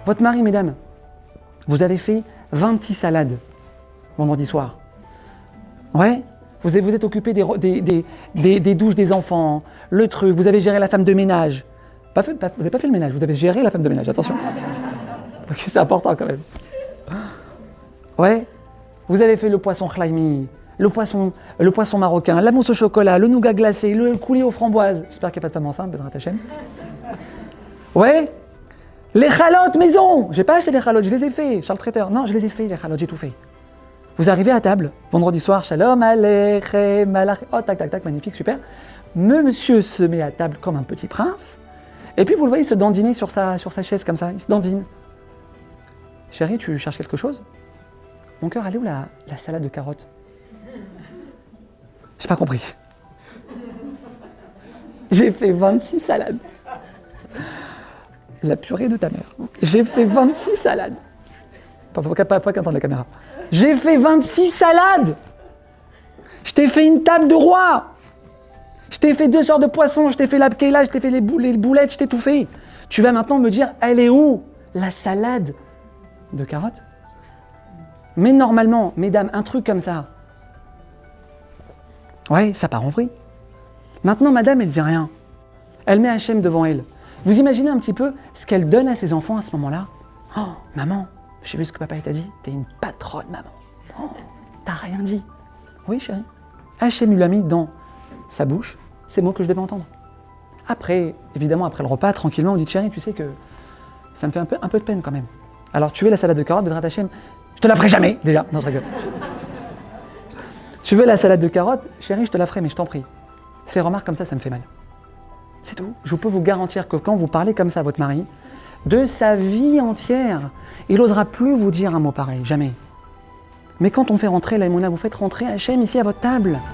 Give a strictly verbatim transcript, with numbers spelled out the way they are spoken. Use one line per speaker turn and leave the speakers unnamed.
Votre mari, mesdames, vous avez fait vingt-six salades vendredi soir. Ouais, vous êtes, vous êtes occupé des, des, des, des, des douches des enfants, le truc, vous avez géré la femme de ménage. Pas fait, pas, vous n'avez pas fait le ménage, vous avez géré la femme de ménage, attention. Ok, c'est important quand même. Ouais, vous avez fait le poisson khlaimi, le poisson, le poisson marocain, la mousse au chocolat, le nougat glacé, le coulis aux framboises. J'espère qu'il n'y a pas de femme enceinte, Bezrat Hashem. Ouais, les chalotes maison. J'ai pas acheté les chalotes, je les ai fait. Charles Traiteur, non, je les ai fait, les chalotes, j'ai tout fait. Vous arrivez à table, vendredi soir, shalom aleichem, alach- oh tac tac tac, magnifique, super. Monsieur se met à table comme un petit prince, et puis vous le voyez se dandiner sur sa, sur sa chaise comme ça, il se dandine. Chérie, tu cherches quelque chose? Mon cœur, elle est où la, la salade de carottes? J'ai pas compris. J'ai fait vingt-six salades. La purée de ta mère. J'ai fait vingt-six salades. Pas, pas, pas, pas qu'entendre la caméra. J'ai fait vingt-six salades. Je t'ai fait une table de roi. Je t'ai fait deux sortes de poissons. Je t'ai fait la kéla, je t'ai fait les, bou les boulettes, je t'ai tout fait. Tu vas maintenant me dire, elle est où la salade de carottes? Mais normalement, mesdames, un truc comme ça, ouais, ça part en vrille. Maintenant, madame, elle dit rien. Elle met Hachem devant elle. Vous imaginez un petit peu ce qu'elle donne à ses enfants à ce moment-là? Oh, maman, j'ai vu ce que papa t'a dit. T'es une patronne, maman. Oh, t'as rien dit. Oui, chérie. Hachem lui l'a mis dans sa bouche ces mots que je devais entendre. Après, évidemment, après le repas, tranquillement, on dit, chérie, tu sais que ça me fait un peu, un peu de peine quand même. Alors, tu veux la salade de carottes, Bezrat Hashem? Je te la ferai jamais, déjà. Non, je rigole. Tu veux la salade de carottes? Chérie, je te la ferai, mais je t'en prie. Ces remarques comme ça, ça me fait mal. C'est tout. Je peux vous garantir que quand vous parlez comme ça à votre mari, de sa vie entière, il n'osera plus vous dire un mot pareil, jamais. Mais quand on fait rentrer la Emouna, vous faites rentrer Hachem ici à votre table.